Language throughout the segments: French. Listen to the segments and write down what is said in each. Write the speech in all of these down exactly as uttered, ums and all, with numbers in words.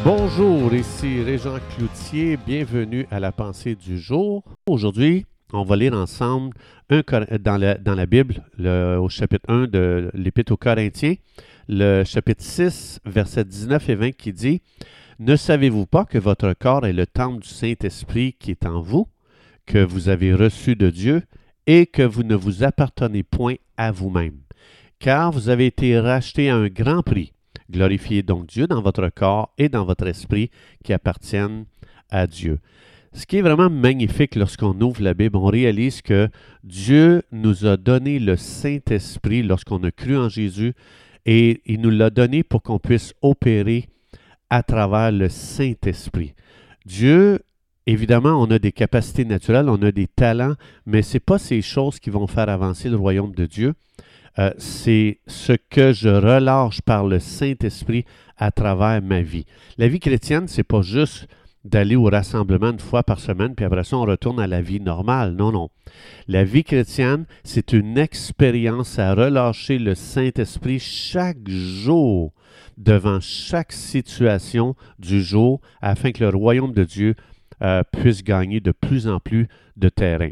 Bonjour, ici Régent Cloutier, bienvenue à la pensée du jour. Aujourd'hui, on va lire ensemble un, dans, la, dans la Bible, le, au chapitre un de l'Épître aux Corinthiens, le chapitre six, versets dix-neuf et vingt qui dit « Ne savez-vous pas que votre corps est le temple du Saint-Esprit qui est en vous, que vous avez reçu de Dieu et que vous ne vous appartenez point à vous-même, car vous avez été rachetés à un grand prix. Glorifiez donc Dieu dans votre corps et dans votre esprit qui appartiennent à Dieu. » Ce qui est vraiment magnifique lorsqu'on ouvre la Bible, on réalise que Dieu nous a donné le Saint-Esprit lorsqu'on a cru en Jésus et il nous l'a donné pour qu'on puisse opérer à travers le Saint-Esprit. Dieu, évidemment, on a des capacités naturelles, on a des talents, mais ce n'est pas ces choses qui vont faire avancer le royaume de Dieu. Euh, c'est ce que je relâche par le Saint-Esprit à travers ma vie. La vie chrétienne, c'est pas juste d'aller au rassemblement une fois par semaine, puis après ça, on retourne à la vie normale. Non, non. La vie chrétienne, c'est une expérience à relâcher le Saint-Esprit chaque jour, devant chaque situation du jour, afin que le royaume de Dieu euh, puisse gagner de plus en plus de terrain.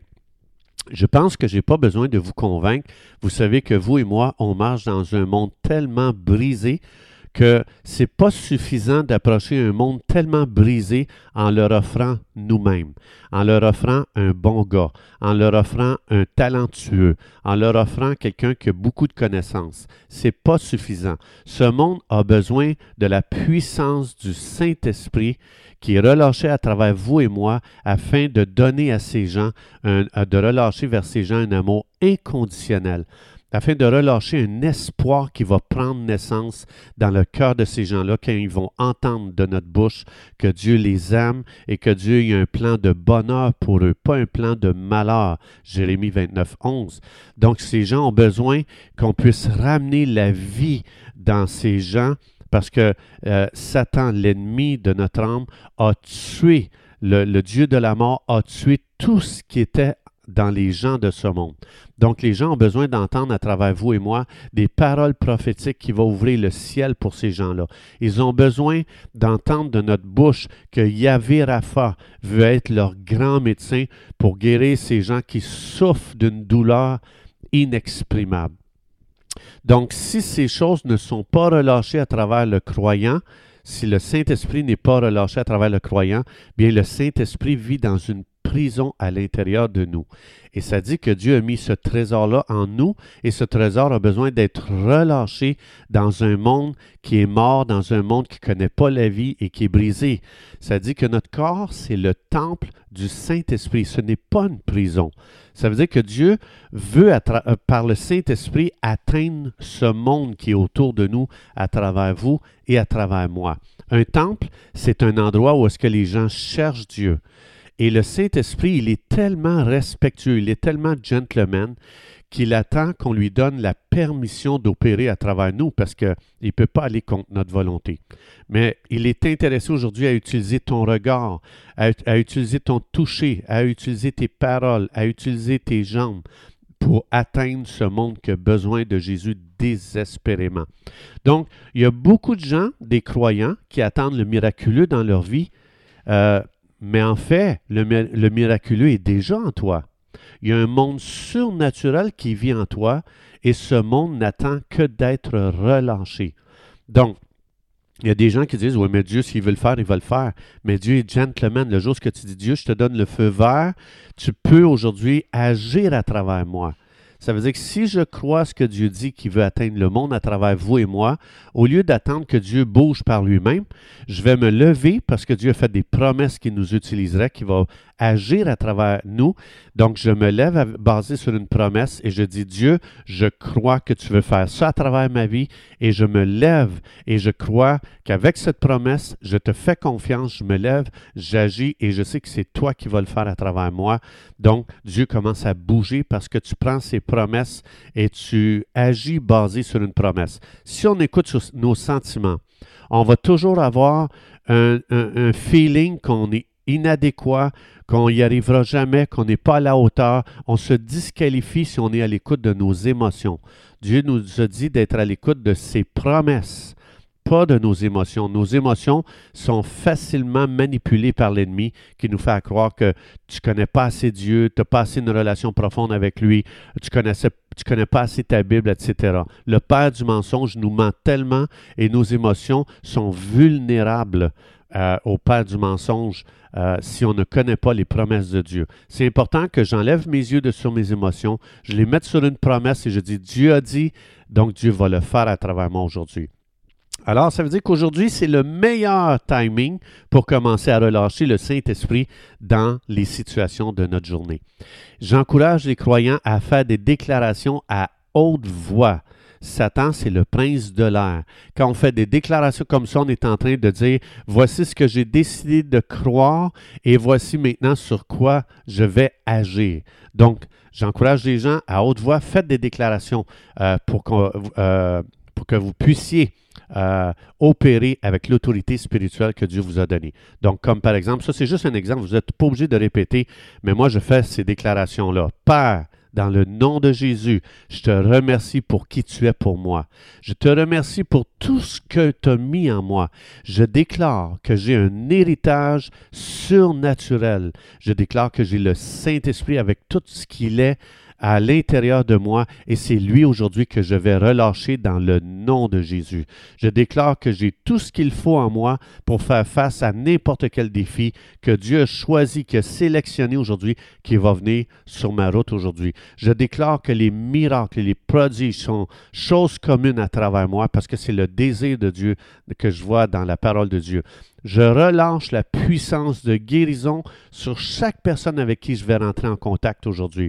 Je pense que je n'ai pas besoin de vous convaincre. Vous savez que vous et moi, on marche dans un monde tellement brisé que ce n'est pas suffisant d'approcher un monde tellement brisé en leur offrant nous-mêmes, en leur offrant un bon gars, en leur offrant un talentueux, en leur offrant quelqu'un qui a beaucoup de connaissances. Ce n'est pas suffisant. Ce monde a besoin de la puissance du Saint-Esprit qui est relâché à travers vous et moi afin de donner à ces gens, un, de relâcher vers ces gens un amour inconditionnel, afin de relâcher un espoir qui va prendre naissance dans le cœur de ces gens-là quand ils vont entendre de notre bouche que Dieu les aime et que Dieu a un plan de bonheur pour eux, pas un plan de malheur. Jérémie vingt-neuf, onze. Donc, ces gens ont besoin qu'on puisse ramener la vie dans ces gens parce que euh, Satan, l'ennemi de notre âme, a tué, le, le Dieu de la mort a tué tout ce qui était dans les gens de ce monde. Donc, les gens ont besoin d'entendre à travers vous et moi des paroles prophétiques qui vont ouvrir le ciel pour ces gens-là. Ils ont besoin d'entendre de notre bouche que Yahvé Rapha veut être leur grand médecin pour guérir ces gens qui souffrent d'une douleur inexprimable. Donc, si ces choses ne sont pas relâchées à travers le croyant, si le Saint-Esprit n'est pas relâché à travers le croyant, bien le Saint-Esprit vit dans une prison à l'intérieur de nous. Et ça dit que Dieu a mis ce trésor-là en nous et ce trésor a besoin d'être relâché dans un monde qui est mort, dans un monde qui ne connaît pas la vie et qui est brisé. Ça dit que notre corps, c'est le temple du Saint-Esprit. Ce n'est pas une prison. Ça veut dire que Dieu veut, par le Saint-Esprit, atteindre ce monde qui est autour de nous à travers vous et à travers moi. Un temple, c'est un endroit où est-ce que les gens cherchent Dieu. Et le Saint-Esprit, il est tellement respectueux, il est tellement gentleman qu'il attend qu'on lui donne la permission d'opérer à travers nous parce qu'il ne peut pas aller contre notre volonté. Mais il est intéressé aujourd'hui à utiliser ton regard, à, à utiliser ton toucher, à utiliser tes paroles, à utiliser tes jambes pour atteindre ce monde qui a besoin de Jésus désespérément. Donc, il y a beaucoup de gens, des croyants, qui attendent le miraculeux dans leur vie, euh, mais en fait, le, le miraculeux est déjà en toi. Il y a un monde surnaturel qui vit en toi et ce monde n'attend que d'être relâché. Donc, il y a des gens qui disent « Oui, mais Dieu, s'il veut le faire, il va le faire. » Mais Dieu est gentleman. Le jour où tu dis « Dieu, je te donne le feu vert, tu peux aujourd'hui agir à travers moi. » Ça veut dire que si je crois à ce que Dieu dit qu'il veut atteindre le monde à travers vous et moi, au lieu d'attendre que Dieu bouge par lui-même, je vais me lever parce que Dieu a fait des promesses qu'il nous utiliserait, qu'il va agir à travers nous. Donc, je me lève à, basé sur une promesse et je dis, Dieu, je crois que tu veux faire ça à travers ma vie et je me lève et je crois qu'avec cette promesse, je te fais confiance, je me lève, j'agis et je sais que c'est toi qui vas le faire à travers moi. Donc, Dieu commence à bouger parce que tu prends ses promesses et tu agis basé sur une promesse. Si on écoute sur nos sentiments, on va toujours avoir un, un, un feeling qu'on est inadéquat, qu'on n'y arrivera jamais, qu'on n'est pas à la hauteur. On se disqualifie si on est à l'écoute de nos émotions. Dieu nous a dit d'être à l'écoute de ses promesses, pas pas de nos émotions. Nos émotions sont facilement manipulées par l'ennemi qui nous fait croire que tu ne connais pas assez Dieu, tu n'as pas assez une relation profonde avec lui, tu connaissais tu ne connais pas assez ta Bible, et cetera. Le père du mensonge nous ment tellement et nos émotions sont vulnérables euh, au père du mensonge euh, si on ne connaît pas les promesses de Dieu. C'est important que j'enlève mes yeux de sur mes émotions, je les mette sur une promesse et je dis Dieu a dit, donc Dieu va le faire à travers moi aujourd'hui. Alors, ça veut dire qu'aujourd'hui, c'est le meilleur timing pour commencer à relâcher le Saint-Esprit dans les situations de notre journée. J'encourage les croyants à faire des déclarations à haute voix. Satan, c'est le prince de l'air. Quand on fait des déclarations comme ça, on est en train de dire « Voici ce que j'ai décidé de croire et voici maintenant sur quoi je vais agir. » Donc, j'encourage les gens à haute voix, faites des déclarations euh, pour, qu'on, euh, pour que vous puissiez Euh, opérer avec l'autorité spirituelle que Dieu vous a donnée. Donc, comme par exemple, ça c'est juste un exemple, vous n'êtes pas obligé de répéter, mais moi je fais ces déclarations-là. Père, dans le nom de Jésus, je te remercie pour qui tu es pour moi. Je te remercie pour tout ce que tu as mis en moi. Je déclare que j'ai un héritage surnaturel. Je déclare que j'ai le Saint-Esprit avec tout ce qu'il est à l'intérieur de moi et c'est lui aujourd'hui que je vais relâcher dans le nom de Jésus. Je déclare que j'ai tout ce qu'il faut en moi pour faire face à n'importe quel défi que Dieu a choisi, qui a sélectionné aujourd'hui, qui va venir sur ma route aujourd'hui. Je déclare que les miracles et les prodiges sont choses communes à travers moi parce que c'est le désir de Dieu que je vois dans la parole de Dieu. Je relâche la puissance de guérison sur chaque personne avec qui je vais rentrer en contact aujourd'hui.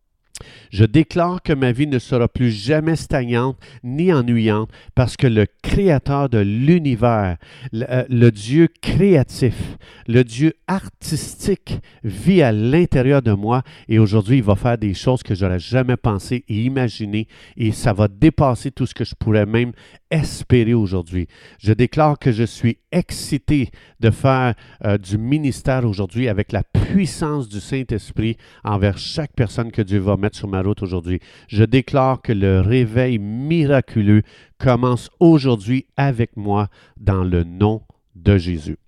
Je déclare que ma vie ne sera plus jamais stagnante ni ennuyante parce que le Créateur de l'univers, le, le Dieu créatif, le Dieu artistique vit à l'intérieur de moi et aujourd'hui, il va faire des choses que je n'aurais jamais pensé et imaginé et ça va dépasser tout ce que je pourrais même espérer aujourd'hui. Je déclare que je suis excité de faire euh, du ministère aujourd'hui avec la puissance du Saint-Esprit envers chaque personne que Dieu va mettre sur ma route aujourd'hui. Je déclare que le réveil miraculeux commence aujourd'hui avec moi dans le nom de Jésus.